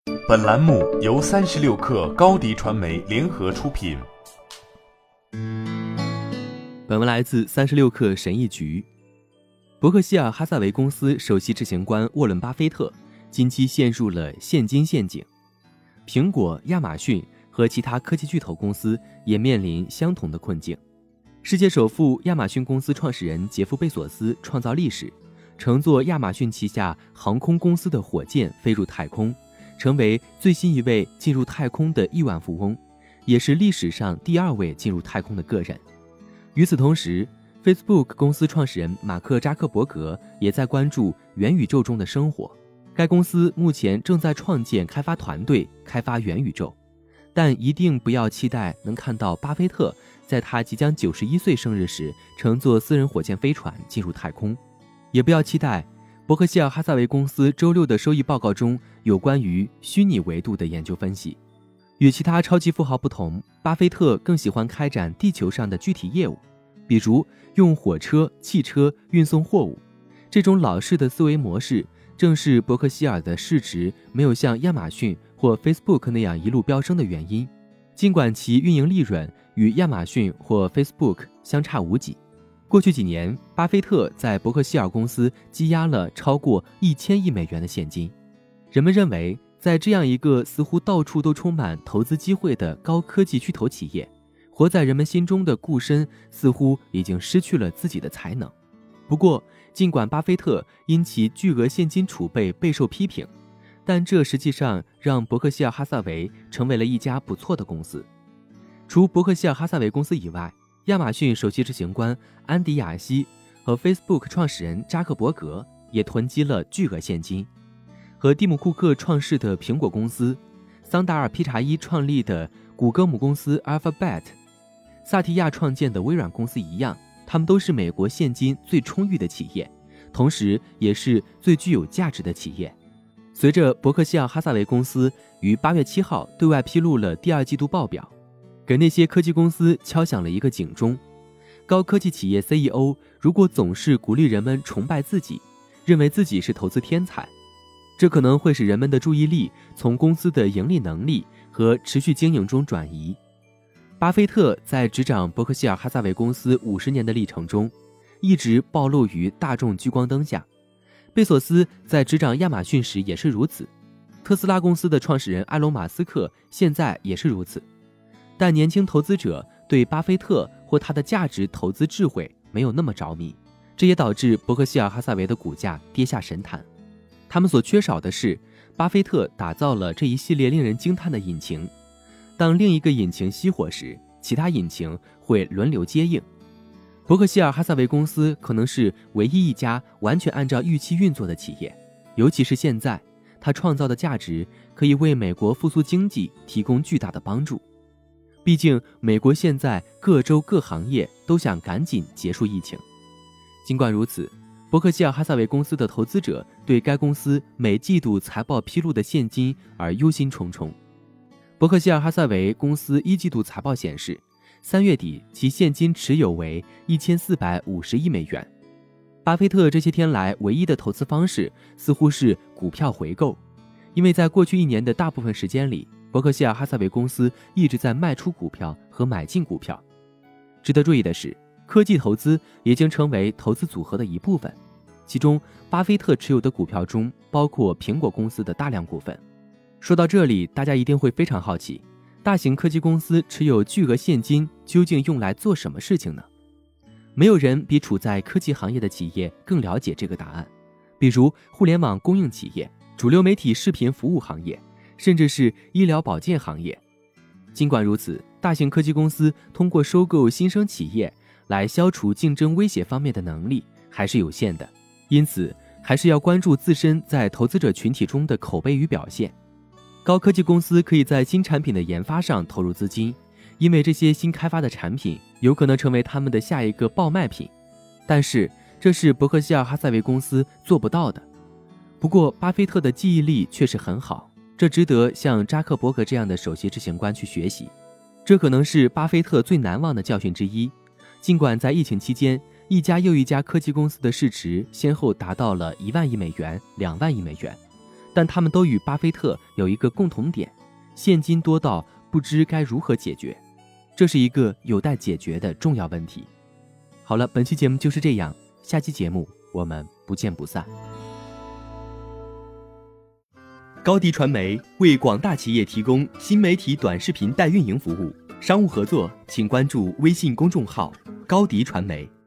本栏目由36氪高迪传媒联合出品。 本文来自36氪神译局。伯克希尔哈撒韦公司首席执行官沃伦·巴菲特近期陷入了现金陷阱，苹果、亚马逊和其他科技巨头公司也面临相同的困境。世界首富亚马逊公司创始人杰夫·贝索斯创造历史，乘坐亚马逊旗下航空公司的火箭飞入太空，成为最新一位进入太空的亿万富翁，也是历史上第2位进入太空的个人。与此同时， Facebook 公司创始人马克·扎克伯格也在关注元宇宙中的生活。该公司目前正在创建开发团队，开发元宇宙。但一定不要期待能看到巴菲特在他即将91岁生日时乘坐私人火箭飞船进入太空，也不要期待伯克希尔哈撒韦公司周6的收益报告中有关于虚拟维度的研究分析。与其他超级富豪不同，巴菲特更喜欢开展地球上的具体业务，比如用火车、汽车运送货物。这种老式的思维模式正是伯克希尔的市值没有像亚马逊或 Facebook 那样一路飙升的原因，尽管其运营利润与亚马逊或 Facebook 相差无几。过去几年，巴菲特在伯克希尔公司积压了超过1000亿美元的现金。人们认为，在这样一个似乎到处都充满投资机会的高科技巨头企业，活在人们心中的固参似乎已经失去了自己的才能。不过，尽管巴菲特因其巨额现金储备备受批评，但这实际上让伯克希尔哈撒韦成为了一家不错的公司。除伯克希尔哈撒韦公司以外，亚马逊首席执行官安迪亚西和 Facebook 创始人扎克伯格也囤积了巨额现金。和蒂姆·库克创世的苹果公司，桑达尔·皮查伊创立的谷歌母公司 Alphabet， 萨提亚创建的微软公司一样，他们都是美国现金最充裕的企业，同时也是最具有价值的企业。随着伯克希尔哈撒韦公司于8月7号对外披露了第2季度报表，给那些科技公司敲响了一个警钟。高科技企业 CEO 如果总是鼓励人们崇拜自己，认为自己是投资天才，这可能会使人们的注意力从公司的盈利能力和持续经营中转移。巴菲特在执掌伯克希尔哈撒韦公司50年的历程中，一直暴露于大众聚光灯下。贝索斯在执掌亚马逊时也是如此，特斯拉公司的创始人埃隆·马斯克现在也是如此。但年轻投资者对巴菲特或他的价值投资智慧没有那么着迷，这也导致伯克希尔哈撒韦的股价跌下神坛。他们所缺少的是，巴菲特打造了这一系列令人惊叹的引擎。当另一个引擎熄火时，其他引擎会轮流接应。伯克希尔哈撒韦公司可能是唯一一家完全按照预期运作的企业，尤其是现在，它创造的价值可以为美国复苏经济提供巨大的帮助。毕竟，美国现在各州各行业都想赶紧结束疫情。尽管如此，伯克希尔哈撒韦公司的投资者对该公司每季度财报披露的现金而忧心忡忡。伯克希尔哈撒韦公司1季度财报显示，3月底其现金持有为1450亿美元。巴菲特这些天来唯一的投资方式似乎是股票回购，因为在过去1年的大部分时间里，伯克希尔哈撒韦公司一直在卖出股票和买进股票。值得注意的是，科技投资已经成为投资组合的一部分，其中巴菲特持有的股票中包括苹果公司的大量股份。说到这里，大家一定会非常好奇，大型科技公司持有巨额现金究竟用来做什么事情呢？没有人比处在科技行业的企业更了解这个答案，比如互联网供应企业、主流媒体视频服务行业，甚至是医疗保健行业。尽管如此，大型科技公司通过收购新生企业来消除竞争威胁方面的能力还是有限的，因此还是要关注自身在投资者群体中的口碑与表现。高科技公司可以在新产品的研发上投入资金，因为这些新开发的产品有可能成为他们的下一个爆卖品，但是这是伯克希尔哈撒韦公司做不到的。不过巴菲特的记忆力确实很好，这值得像扎克伯格这样的首席执行官去学习。这可能是巴菲特最难忘的教训之一。尽管在疫情期间，一家又一家科技公司的市值先后达到了1万亿美元、2万亿美元， 但他们都与巴菲特有一个共同点：现金多到不知该如何解决。这是一个有待解决的重要问题。好了，本期节目就是这样，下期节目我们不见不散。高迪传媒为广大企业提供新媒体短视频代运营服务，商务合作请关注微信公众号高迪传媒。